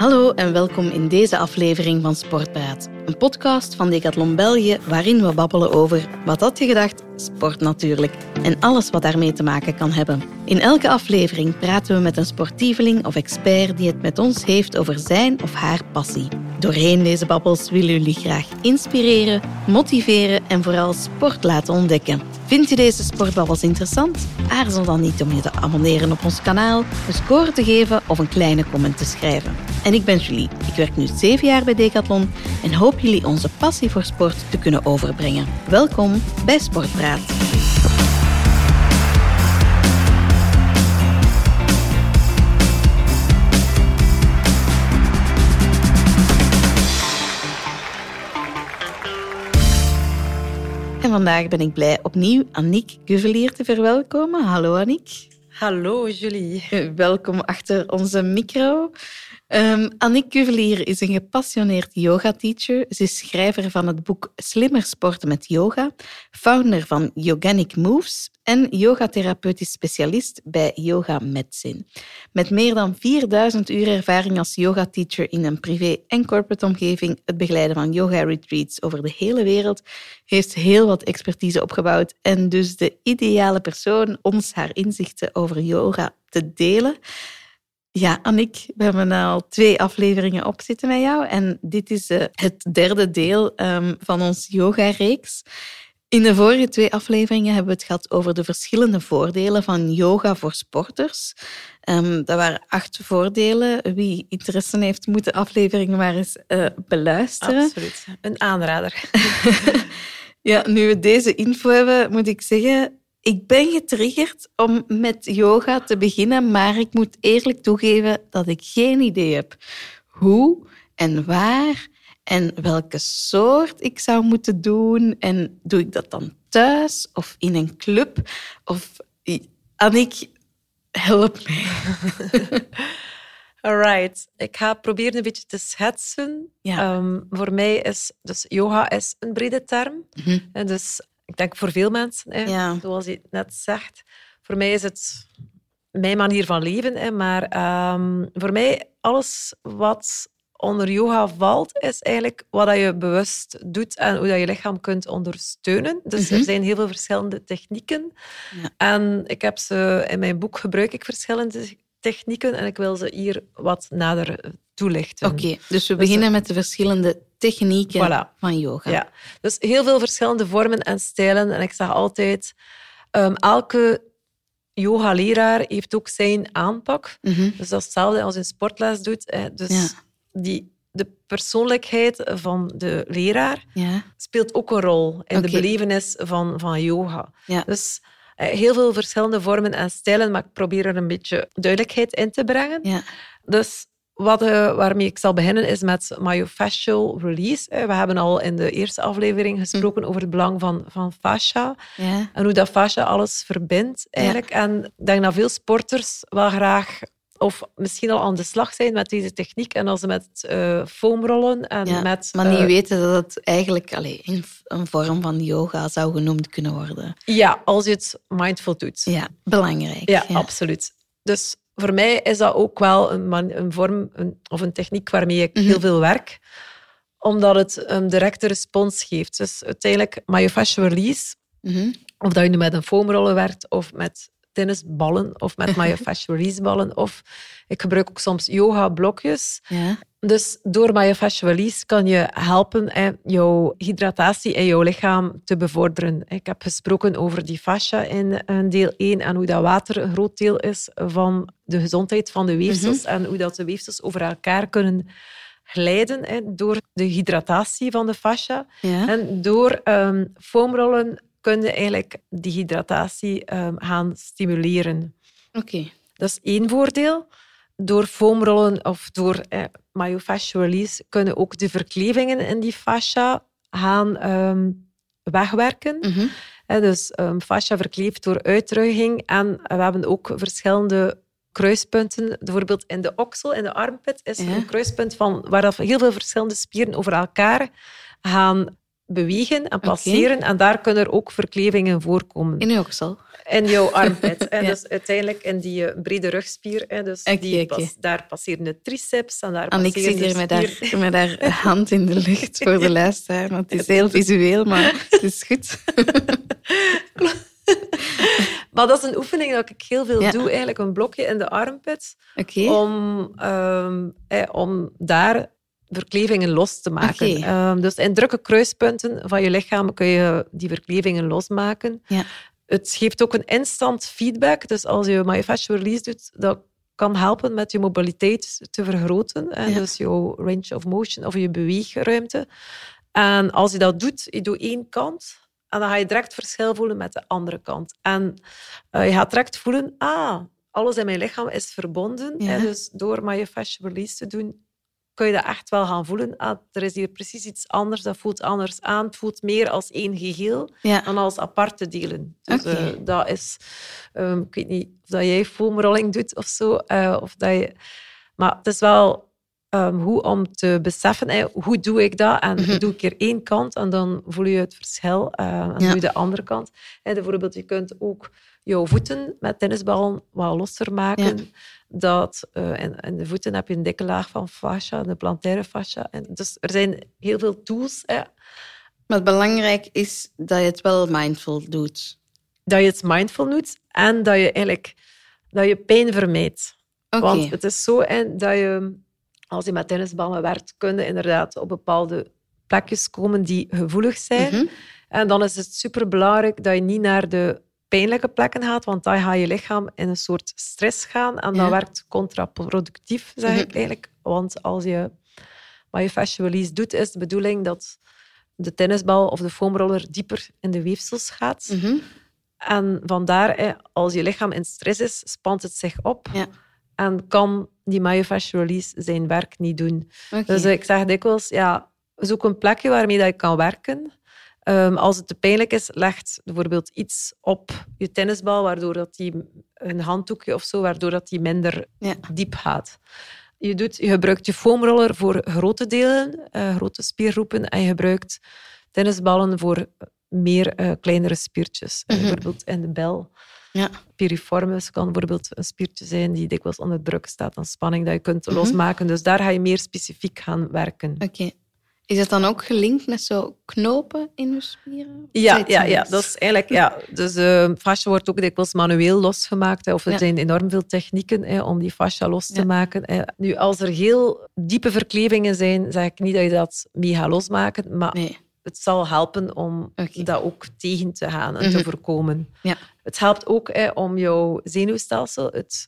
Hallo en welkom in deze aflevering van Sportpraat. Een podcast van Decathlon België waarin we babbelen over, wat had je gedacht, sport natuurlijk. En alles wat daarmee te maken kan hebben. In elke aflevering praten we met een sportieveling of expert die het met ons heeft over zijn of haar passie. Doorheen deze babbels willen jullie graag inspireren, motiveren en vooral sport laten ontdekken. Vind je deze sportbabbels interessant? Aarzel dan niet om je te abonneren op ons kanaal, een score te geven of een kleine comment te schrijven. En ik ben Julie. Ik werk nu 7 jaar bij Decathlon en hoop jullie onze passie voor sport te kunnen overbrengen. Welkom bij Sportpraat. En vandaag ben ik blij opnieuw Annick Cuvelier te verwelkomen. Hallo Annick. Hallo Julie. Welkom achter onze micro. Annick Cuvelier is een gepassioneerd yoga-teacher. Ze is schrijver van het boek Slimmer sporten met yoga, founder van Yoganic Moves en yogatherapeutisch specialist bij Yoga Medicine. Met meer dan 4000 uur ervaring als yoga-teacher in een privé- en corporate omgeving, het begeleiden van yoga-retreats over de hele wereld, heeft ze heel wat expertise opgebouwd en dus de ideale persoon ons haar inzichten over yoga te delen. Ja, Annick, we hebben al 2 afleveringen op zitten met jou en dit is het 3e deel van ons yoga-reeks. In de vorige 2 afleveringen hebben we het gehad over de verschillende voordelen van yoga voor sporters. Dat waren 8 voordelen. Wie interesse heeft, moet de afleveringen maar eens beluisteren. Absoluut. Een aanrader. Ja, nu we deze info hebben, moet ik zeggen, ik ben getriggerd om met yoga te beginnen, maar ik moet eerlijk toegeven dat ik geen idee heb hoe en waar en welke soort ik zou moeten doen. En doe ik dat dan thuis of in een club? Of Annick, help mij. Alright. Ik ga proberen een beetje te schetsen. Ja. Voor mij is dus yoga is een brede term. En dus ik denk voor veel mensen, Ja. zoals je net zegt. Voor mij is het mijn manier van leven. Maar voor mij, alles wat onder yoga valt, is eigenlijk wat je bewust doet en hoe je je lichaam kunt ondersteunen. Dus er zijn heel veel verschillende technieken. Ja. En ik heb ze in mijn boek gebruik ik verschillende technieken en ik wil ze hier wat nader toelichten. Oké, dus we beginnen met de verschillende technieken van yoga. Ja, dus heel veel verschillende vormen en stijlen. En ik zeg altijd, elke yoga-leraar heeft ook zijn aanpak. Dus dat is hetzelfde als een sportles doet. Dus de persoonlijkheid van de leraar speelt ook een rol in de belevenis van yoga. Ja. Dus heel veel verschillende vormen en stijlen, maar ik probeer er een beetje duidelijkheid in te brengen. Ja. Dus waarmee ik zal beginnen is met myofascial release. We hebben al in de eerste aflevering gesproken over het belang van fascia. Ja. En hoe dat fascia alles verbindt eigenlijk. Ja. En ik denk dat veel sporters wel graag of misschien al aan de slag zijn met deze techniek. En als ze met foamrollen en met... Maar niet weten dat het eigenlijk een vorm van yoga zou genoemd kunnen worden. Ja, als je het mindful doet. Ja, belangrijk. Ja, absoluut. Dus voor mij is dat ook wel een vorm of een techniek waarmee ik heel veel werk, omdat het een directe respons geeft. Dus uiteindelijk, myofascial release, of dat je nu met een foamroller werkt of met tennisballen of met myofascial release ballen, of ik gebruik ook soms yoga-blokjes. Ja. Dus door myofascial release kan je helpen jouw hydratatie in jouw lichaam te bevorderen. Ik heb gesproken over die fascia in deel 1 en hoe dat water een groot deel is van de gezondheid van de weefsels en hoe dat de weefsels over elkaar kunnen glijden door de hydratatie van de fascia. Ja. En door foamrollen kun je eigenlijk die hydratatie gaan stimuleren. Oké. Dat is 1 voordeel. Door foamrollen of door myofascial release kunnen ook de verklevingen in die fascia gaan wegwerken. Dus fascia verkleeft door uitdroging. En we hebben ook verschillende kruispunten. Bijvoorbeeld in de oksel, in de armpit, is een kruispunt waar heel veel verschillende spieren over elkaar gaan bewegen en passeren. En daar kunnen er ook verklevingen voorkomen. In uw oksel. In jouw armpit. Ja. Dus uiteindelijk in die brede rugspier. Dus daar passeren de triceps. En daar ik zit hier met haar hand in de lucht voor de luisteraar. Want het is heel visueel, maar het is goed. Maar dat is een oefening dat ik heel veel doe. Eigenlijk een blokje in de armpit. Om daar verklevingen los te maken. Dus in drukke kruispunten van je lichaam kun je die verklevingen losmaken. Ja. Het geeft ook een instant feedback. Dus als je myofascial release doet, dat kan helpen met je mobiliteit te vergroten. Dus jouw range of motion of je beweegruimte. En als je dat doet, je doet één kant. En dan ga je direct verschil voelen met de andere kant. En je gaat direct voelen, alles in mijn lichaam is verbonden. Ja. Dus door myofascial release te doen, kun je dat echt wel gaan voelen. Er is hier precies iets anders, dat voelt anders aan. Het voelt meer als één geheel dan als aparte delen. Dus dat is... ik weet niet of dat jij foamrolling doet of zo. Maar het is wel goed om te beseffen, hoe doe ik dat? En doe ik er één kant en dan voel je het verschil. En doe je de andere kant. Bijvoorbeeld, je kunt ook jouw voeten met tennisballen wat losser maken. Ja. In de voeten heb je een dikke laag van fascia, de plantaire fascia. Dus er zijn heel veel tools. Maar belangrijk is dat je het wel mindful doet. Dat je het mindful doet en dat je pijn vermijdt. Want het is zo dat je, als je met tennisballen werkt, kun je inderdaad op bepaalde plekjes komen die gevoelig zijn. En dan is het superbelangrijk dat je niet naar de pijnlijke plekken gaat, want dan gaat je lichaam in een soort stress gaan en dat werkt contraproductief, zeg ik eigenlijk. Want als je myofascial release doet, is de bedoeling dat de tennisbal of de foamroller dieper in de weefsels gaat. En vandaar, als je lichaam in stress is, spant het zich op en kan die myofascial release zijn werk niet doen. Dus ik zeg dikwijls, zoek een plekje waarmee dat je kan werken. Als het te pijnlijk is, legt bijvoorbeeld iets op je tennisbal, waardoor dat die, een handdoekje of zo, waardoor dat die minder diep gaat. Je gebruikt je foamroller voor grote delen, grote spiergroepen, en je gebruikt tennisballen voor meer kleinere spiertjes. Bijvoorbeeld in de bel. Piriformis kan bijvoorbeeld een spiertje zijn die dikwijls onder druk staat aan spanning dat je kunt losmaken. Dus daar ga je meer specifiek gaan werken. Is dat dan ook gelinkt met zo knopen in je spieren? Ja, dat is eigenlijk... Dus fascia wordt ook dikwijls manueel losgemaakt. Of er zijn enorm veel technieken om die fascia los te maken. Nu, als er heel diepe verklevingen zijn, zeg ik niet dat je dat mee gaat losmaken, maar het zal helpen om dat ook tegen te gaan en te voorkomen. Het helpt ook om jouw zenuwstelsel, het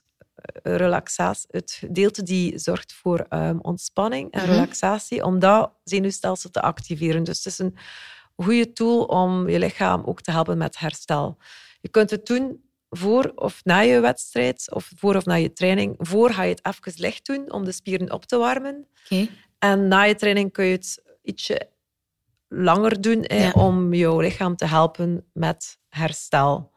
gedeelte die zorgt voor ontspanning en relaxatie, om dat zenuwstelsel te activeren. Dus het is een goede tool om je lichaam ook te helpen met herstel. Je kunt het doen voor of na je wedstrijd, of voor of na je training. Voor ga je het even licht doen om de spieren op te warmen. En na je training kun je het ietsje langer doen om jouw lichaam te helpen met herstel.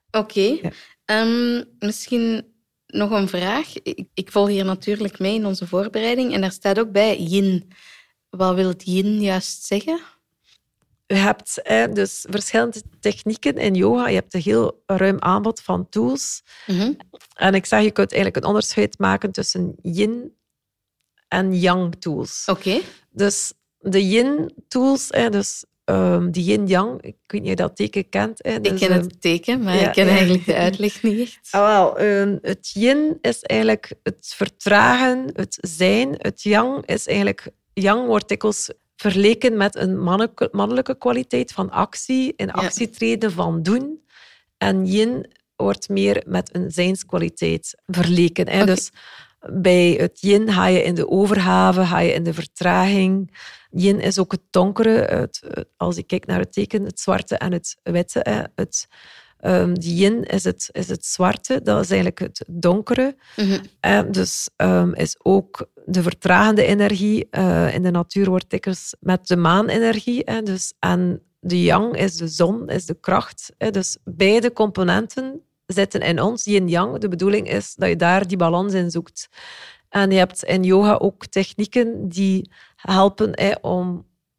Misschien nog een vraag. Ik volg hier natuurlijk mee in onze voorbereiding en daar staat ook bij yin. Wat wil het yin juist zeggen? Je hebt dus verschillende technieken in yoga. Je hebt een heel ruim aanbod van tools. En ik zeg, je kunt eigenlijk een onderscheid maken tussen yin en yang tools. Dus de yin tools, dus die yin-yang, ik weet niet of je dat teken kent. Dus, ik ken het teken, maar ik ken eigenlijk de uitleg niet echt. Het yin is eigenlijk het vertragen, het zijn. Het yang is eigenlijk... Yang wordt dikwijls vergeleken met een mannelijke kwaliteit van actie, in actie treden, van doen. En yin wordt meer met een zijnskwaliteit vergeleken. Dus bij het yin ga je in de overgave, ga je in de vertraging. Yin is ook het donkere. Als je kijkt naar het teken, het zwarte en het witte. Die yin is het zwarte, dat is eigenlijk het donkere. Dus is ook de vertragende energie. In de natuur wordt dikwijls met de maanenergie. En de yang is de zon, is de kracht. Dus beide componenten zitten in ons, yin-yang. De bedoeling is dat je daar die balans in zoekt. En je hebt in yoga ook technieken die helpen om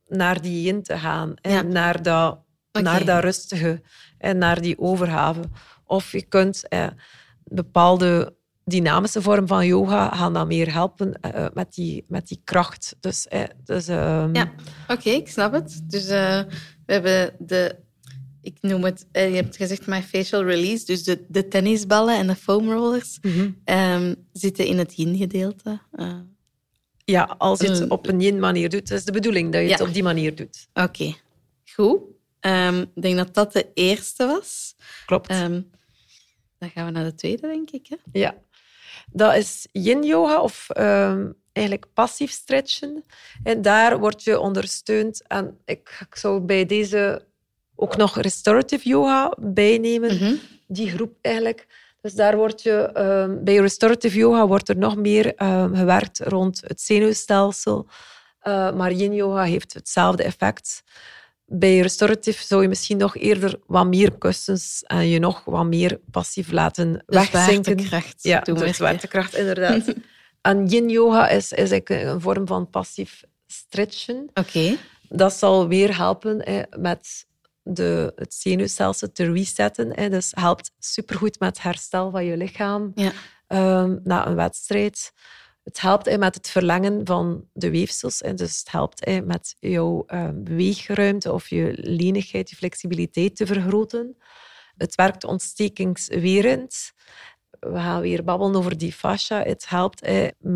naar die yin te gaan. Ja. Naar dat rustige en naar die overgave. Of je kunt bepaalde dynamische vorm van yoga gaan dan meer helpen met die kracht. Dus, Oké, ik snap het. Dus we hebben ik noem het, je hebt gezegd my facial release, dus de tennisballen en de foamrollers zitten in het yin-gedeelte. Ja, als je het op een yin-manier doet, dat is de bedoeling dat je het op die manier doet. Oké, goed. Ik denk dat dat de eerste was. Klopt. Dan gaan we naar de tweede, denk ik. Hè? Ja. Dat is yin-yoga of eigenlijk passief stretchen. En daar word je ondersteund. En ik zou bij deze ook nog restorative yoga bijnemen. Die groep eigenlijk. Dus daar word je... bij restorative yoga wordt er nog meer gewerkt rond het zenuwstelsel. Maar yin-yoga heeft hetzelfde effect. Bij restorative zou je misschien nog eerder wat meer kussens en je nog wat meer passief laten wegzinken. De zwaartekracht, inderdaad. En yin-yoga is eigenlijk een vorm van passief stretchen. Oké. Dat zal weer helpen met het zenuwstelsel te resetten. Dus helpt supergoed met het herstel van je lichaam na een wedstrijd. Het helpt met het verlengen van de weefsels. Dus het helpt met jouw beweegruimte of je lenigheid, je flexibiliteit te vergroten. Het werkt ontstekingswerend. We gaan weer babbelen over die fascia. Het helpt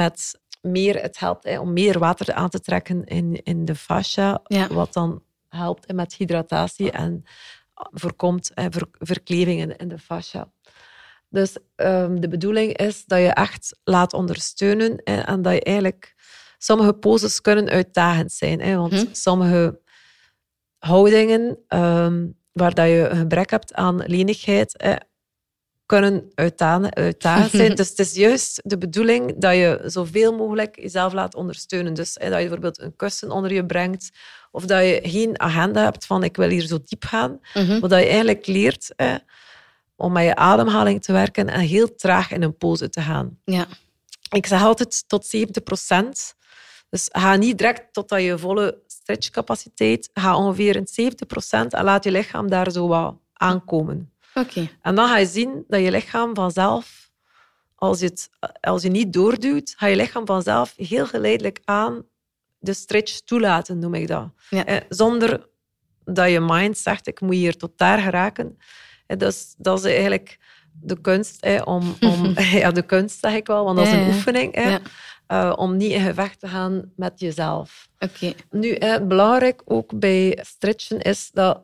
om meer water aan te trekken in de fascia, wat dan helpt met hydratatie en voorkomt verklevingen in de fascia. Dus de bedoeling is dat je echt laat ondersteunen en dat je eigenlijk... Sommige poses kunnen uitdagend zijn, want sommige houdingen waar dat je een gebrek hebt aan lenigheid, kunnen uitdagend zijn. Dus het is juist de bedoeling dat je zoveel mogelijk jezelf laat ondersteunen. Dus dat je bijvoorbeeld een kussen onder je brengt of dat je geen agenda hebt van ik wil hier zo diep gaan. Maar dat je eigenlijk leert... om met je ademhaling te werken en heel traag in een pose te gaan. Ja. Ik zeg altijd tot 70%. Dus ga niet direct tot je volle stretchcapaciteit. Ga ongeveer in 70% en laat je lichaam daar zo wat aankomen. Oké. En dan ga je zien dat je lichaam vanzelf, als je niet doorduwt, ga je lichaam vanzelf heel geleidelijk aan de stretch toelaten, noem ik dat. Ja. Zonder dat je mind zegt, ik moet hier tot daar geraken. Dat is eigenlijk de kunst de kunst zeg ik wel, want dat is een oefening. Om niet in gevecht te gaan met jezelf. Okay. Nu, belangrijk ook bij stretchen is dat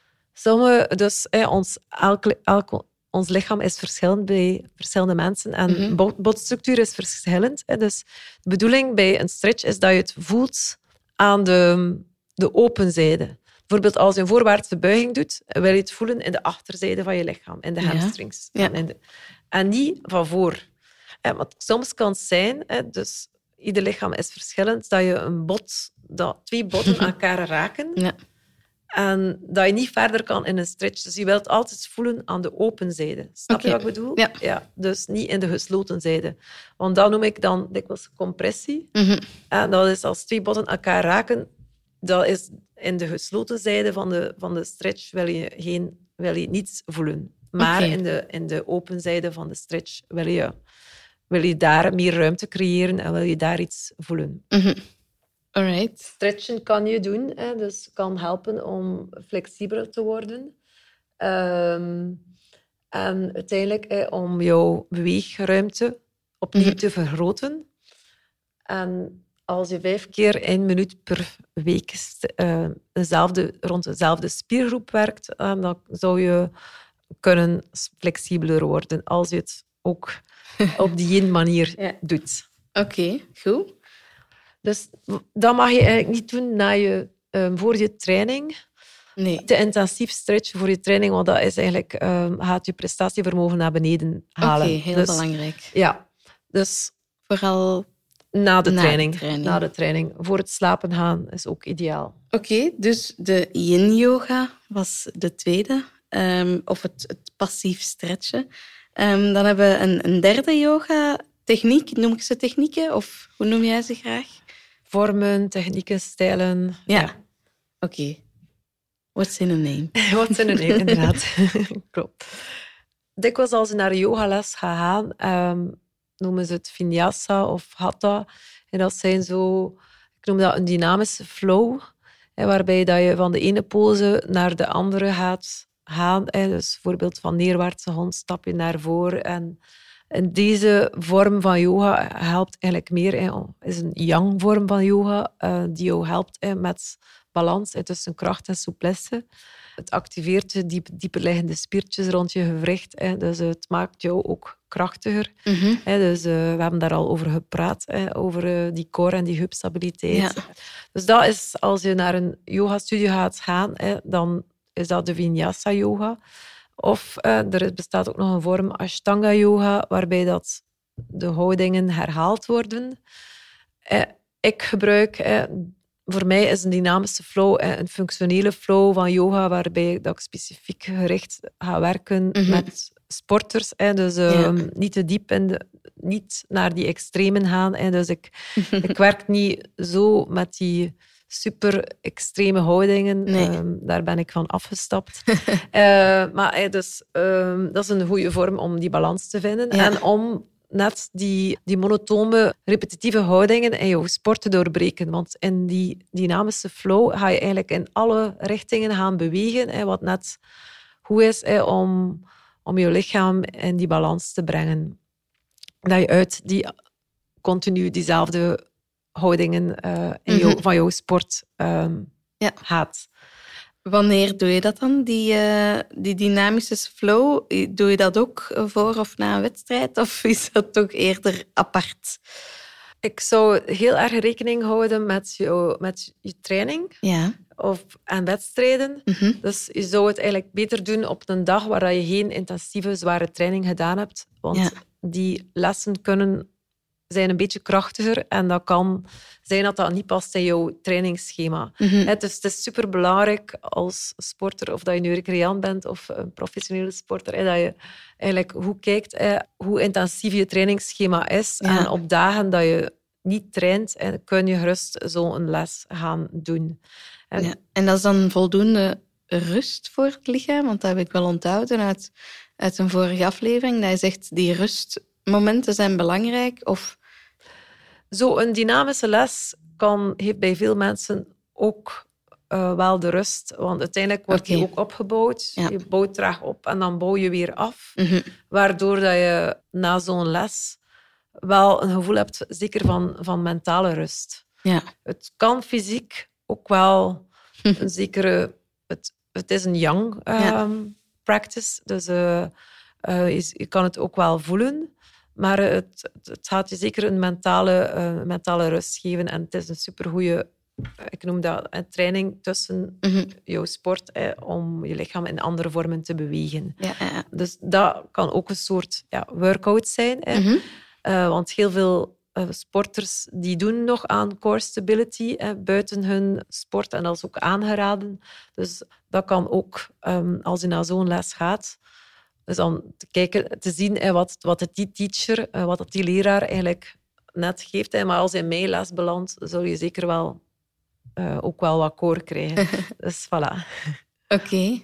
ons lichaam is verschillend bij verschillende mensen en botstructuur is verschillend. Dus de bedoeling bij een stretch is dat je het voelt aan de open zijde. Bijvoorbeeld als je een voorwaartse buiging doet, wil je het voelen in de achterzijde van je lichaam, in de hamstrings. Ja. En niet van voor. Want soms kan het zijn, dus ieder lichaam is verschillend, dat je dat twee botten aan elkaar raken en dat je niet verder kan in een stretch. Dus je wilt altijd voelen aan de open zijde. Snap je wat ik bedoel? Ja. Dus niet in de gesloten zijde. Want dat noem ik dan dikwijls compressie. En dat is als twee botten elkaar raken, dat is in de gesloten zijde van de stretch wil je niets voelen. Maar in de open zijde van de stretch wil je daar meer ruimte creëren en wil je daar iets voelen. Alright. Stretchen kan je doen, dus kan helpen om flexibeler te worden. En uiteindelijk om jouw beweegruimte opnieuw te vergroten. En als je 5 keer 1 minuut per week rond dezelfde spiergroep werkt, dan zou je kunnen flexibeler worden als je het ook op die yin-manier doet. Oké, goed. Dus dat mag je eigenlijk niet doen voor je training. Nee. Te intensief stretchen voor je training, want dat is eigenlijk, gaat je prestatievermogen naar beneden halen. Oké, heel belangrijk. Ja, dus vooral na de training. Voor het slapen gaan is ook ideaal. Oké, dus de yin-yoga was de tweede, of het passief stretchen. Dan hebben we een derde yoga-techniek. Noem ik ze technieken, of hoe noem jij ze graag? Vormen, technieken, stijlen. Ja. Oké. What's in a name? What's in a name, inderdaad. Klopt. Dikwijls als je naar een yogales gaat gaan, noemen ze het vinyasa of hatha. En dat zijn zo, ik noem dat een dynamische flow, waarbij dat je van de ene pose naar de andere gaat gaan. Dus bijvoorbeeld van neerwaartse hond stap je naar voren. En deze vorm van yoga helpt eigenlijk meer. Is een yang vorm van yoga die jou helpt met balans tussen kracht en souplesse. Het activeert de dieperliggende spiertjes rond je gewricht. Dus het maakt jou ook krachtiger. Mhm. Dus we hebben daar al over gepraat, over die core en die heupstabiliteit. Ja. Dus dat is, als je naar een yogastudio gaat gaan, dan is dat de vinyasa yoga. Of er bestaat ook nog een vorm Ashtanga yoga, waarbij dat de houdingen herhaald worden. Ik gebruik... Voor mij is een dynamische flow een functionele flow van yoga, waarbij dat ik specifiek gericht ga werken met sporters. Dus niet te diep niet naar die extremen gaan. Dus ik werk niet zo met die super extreme houdingen. Nee. Daar ben ik van afgestapt. Maar dat is een goede vorm om die balans te vinden. Ja. En om net die monotone, repetitieve houdingen in jouw sport te doorbreken. Want in die dynamische flow ga je eigenlijk in alle richtingen gaan bewegen, wat net goed is om je lichaam in die balans te brengen. Dat je uit continu diezelfde houdingen van jouw sport gaat. Wanneer doe je dat dan, die dynamische flow? Doe je dat ook voor of na een wedstrijd? Of is dat toch eerder apart? Ik zou heel erg rekening houden met je training en wedstrijden. Mm-hmm. Dus je zou het eigenlijk beter doen op een dag waar je geen intensieve, zware training gedaan hebt. Want die lessen zijn een beetje krachtiger en dat kan zijn dat dat niet past in jouw trainingsschema. Mm-hmm. Dus het is superbelangrijk als sporter, of dat je nu recreant bent of een professionele sporter, dat je eigenlijk goed kijkt hoe intensief je trainingsschema is. Ja. En op dagen dat je niet traint, kun je gerust zo'n les gaan doen. En dat is dan voldoende rust voor het lichaam? Want dat heb ik wel onthouden uit een vorige aflevering, dat je zegt die rustmomenten zijn belangrijk. Of... Zo'n dynamische les heeft bij veel mensen ook wel de rust. Want uiteindelijk wordt die ook opgebouwd. Ja. Je bouwt traag op en dan bouw je weer af. Mm-hmm. Waardoor dat je na zo'n les wel een gevoel hebt, zeker van mentale rust. Ja. Het kan fysiek ook wel een zekere... Het is een yang practice, dus je kan het ook wel voelen. Maar het gaat je zeker een mentale rust geven. En het is een supergoeie, ik noem dat een training tussen jouw sport, om je lichaam in andere vormen te bewegen. Ja. Dus dat kan ook een soort workout zijn. Want heel veel sporters die doen nog aan core stability buiten hun sport. En dat is ook aangeraden. Dus dat kan ook, als je naar zo'n les gaat... Dus dan te zien wat die teacher, wat die leraar eigenlijk net geeft. Maar als hij in mijn les belandt, zul je zeker wel ook wel wat core krijgen. Dus voilà. Oké.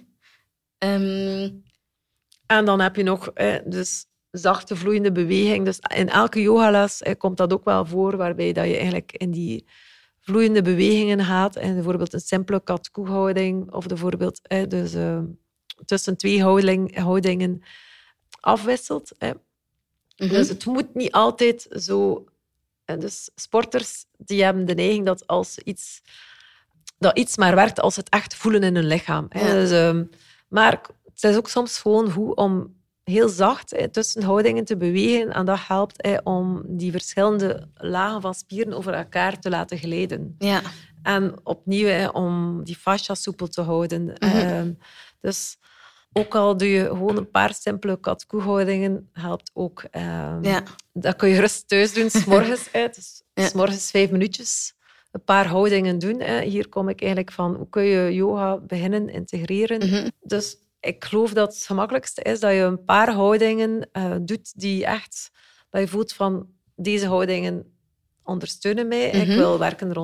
En dan heb je nog dus zachte vloeiende beweging. Dus in elke yogales komt dat ook wel voor, waarbij dat je eigenlijk in die vloeiende bewegingen gaat. En bijvoorbeeld een simpele kat-koe-houding, of bijvoorbeeld... tussen twee houdingen afwisselt. Mm-hmm. Dus het moet niet altijd zo... Dus sporters die hebben de neiging dat als iets maar werkt als het echt voelen in hun lichaam. Ja. Dus, maar het is ook soms gewoon goed om heel zacht tussen houdingen te bewegen. En dat helpt om die verschillende lagen van spieren over elkaar te laten glijden. Ja. En opnieuw om die fascia soepel te houden. Mm-hmm. Dus ook al doe je gewoon een paar simpele kat-koe-houdingen, helpt ook. Dat kun je gerust thuis doen, 's morgens. Dus 's morgens 5 minuutjes een paar houdingen doen. Hier kom ik eigenlijk van, hoe kun je yoga beginnen integreren? Mm-hmm. Dus ik geloof dat het gemakkelijkste is dat je een paar houdingen doet die echt... Dat je voelt van, deze houdingen ondersteunen mij. Mm-hmm. Ik wil werken rond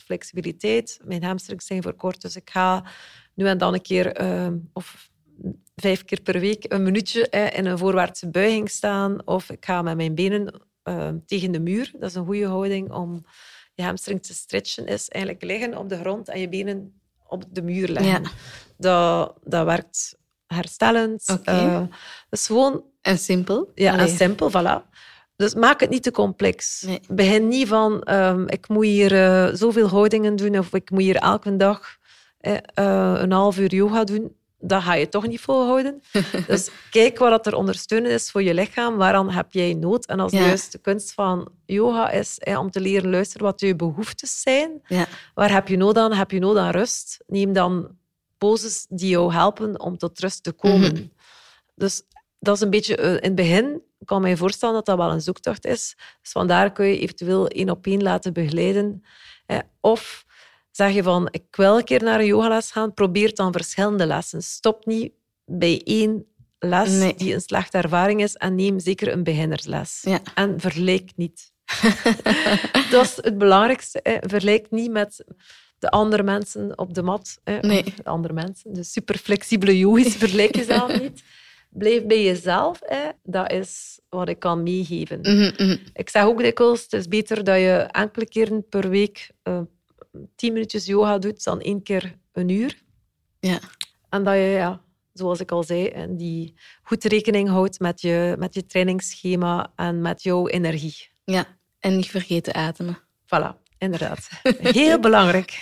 flexibiliteit. Mijn hamstrings zijn verkort, dus ik ga nu en dan een keer, of 5 keer per week, een minuutje in een voorwaartse buiging staan. Of ik ga met mijn benen tegen de muur. Dat is een goede houding om je hamstring te stretchen. Is eigenlijk liggen op de grond en je benen op de muur leggen. Ja. Dat werkt herstellend. Okay. Dat is gewoon... En simpel. Ja, en simpel, voilà. Dus maak het niet te complex. Nee. Begin niet van, ik moet hier zoveel houdingen doen of ik moet hier elke dag een half uur yoga doen. Dat ga je toch niet volhouden. Dus kijk wat er ondersteunen is voor je lichaam. Waaraan heb jij nood? En als juist de kunst van yoga is om te leren luisteren wat je behoeftes zijn. Ja. Waar heb je nood aan? Heb je nood aan rust? Neem dan poses die jou helpen om tot rust te komen. Mm-hmm. Dus dat is een beetje... in het begin kan mij voorstellen dat dat wel een zoektocht is. Dus vandaar kun je eventueel 1-op-1 laten begeleiden. Of zeg je van, ik wil een keer naar een yogales gaan, probeer dan verschillende lessen. Stop niet bij 1 les die een slechte ervaring is en neem zeker een beginnersles. Ja. En vergelijk niet. Dat is het belangrijkste. Vergelijk niet met de andere mensen op de mat. De andere mensen, de superflexibele yogis, vergelijk jezelf niet. Blijf bij jezelf. Dat is wat ik kan meegeven. Mm-hmm. Ik zeg ook dikwijls, het is beter dat je enkele keren per week 10 minuutjes yoga doet dan 1 keer een uur. Ja. En dat je, zoals ik al zei, die goed rekening houdt met je trainingsschema en met jouw energie. Ja, en niet vergeten ademen. Voilà, inderdaad. Heel belangrijk.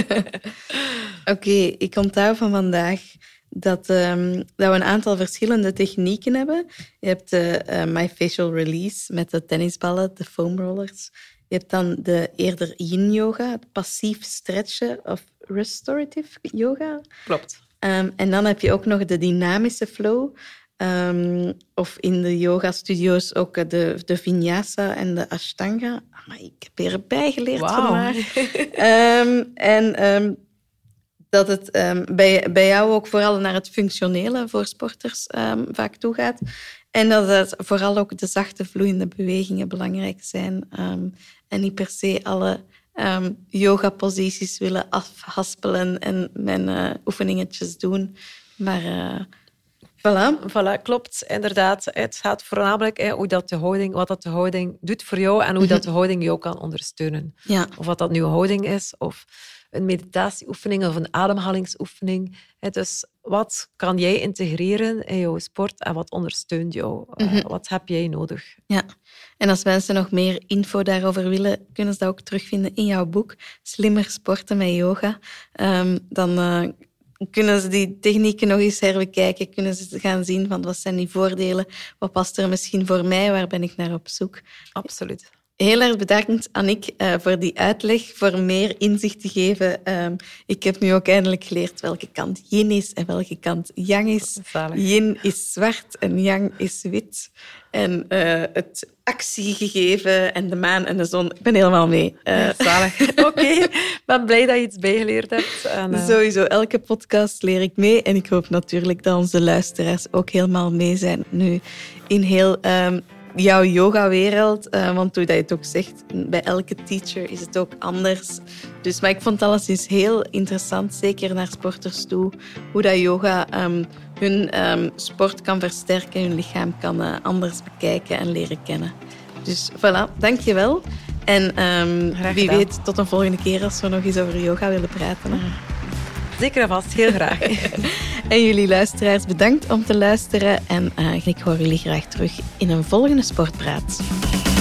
Oké, ik onthoud van vandaag dat we een aantal verschillende technieken hebben. Je hebt de myfacial release met de tennisballen, de foam rollers. Je hebt dan de eerder yin-yoga, het passief stretchen of restorative yoga. Klopt. En dan heb je ook nog de dynamische flow. Of in de yoga-studio's ook de vinyasa en de ashtanga. Maar ik heb hierbij geleerd vandaag. Dat het bij jou ook vooral naar het functionele voor sporters vaak toe gaat. En dat het vooral ook de zachte, vloeiende bewegingen belangrijk zijn. En niet per se alle yoga-posities willen afhaspelen en mijn oefeningetjes doen. Maar voilà, klopt, inderdaad. Het gaat voornamelijk wat dat de houding doet voor jou en hoe dat de houding jou kan ondersteunen. Ja. Of wat dat nu een houding is, of een meditatieoefening of een ademhalingsoefening. Dus wat kan jij integreren in jouw sport en wat ondersteunt jou? Wat heb jij nodig? Ja, en als mensen nog meer info daarover willen, kunnen ze dat ook terugvinden in jouw boek Slimmer sporten met yoga. Dan kunnen ze die technieken nog eens herbekijken, kunnen ze gaan zien van wat zijn die voordelen, wat past er misschien voor mij, waar ben ik naar op zoek. Absoluut. Heel erg bedankt, Annick, voor die uitleg, voor meer inzicht te geven. Ik heb nu ook eindelijk geleerd welke kant yin is en welke kant yang is. Zalig. Yin is zwart en yang is wit. En het actiegegeven en de maan en de zon. Ik ben helemaal mee. Zalig. Oké, ik ben blij dat je iets bijgeleerd hebt. En, Sowieso, elke podcast leer ik mee. En ik hoop natuurlijk dat onze luisteraars ook helemaal mee zijn nu in heel... jouw yoga-wereld, want hoe dat je het ook zegt, bij elke teacher is het ook anders. Dus, maar ik vond alles eens heel interessant, zeker naar sporters toe, hoe dat yoga hun sport kan versterken, hun lichaam kan anders bekijken en leren kennen. Dus voilà, dank je wel. En wie weet, tot een volgende keer als we nog eens over yoga willen praten. Hè? Zeker en vast, heel graag. En jullie luisteraars, bedankt om te luisteren. En ik hoor jullie graag terug in een volgende Sportpraat.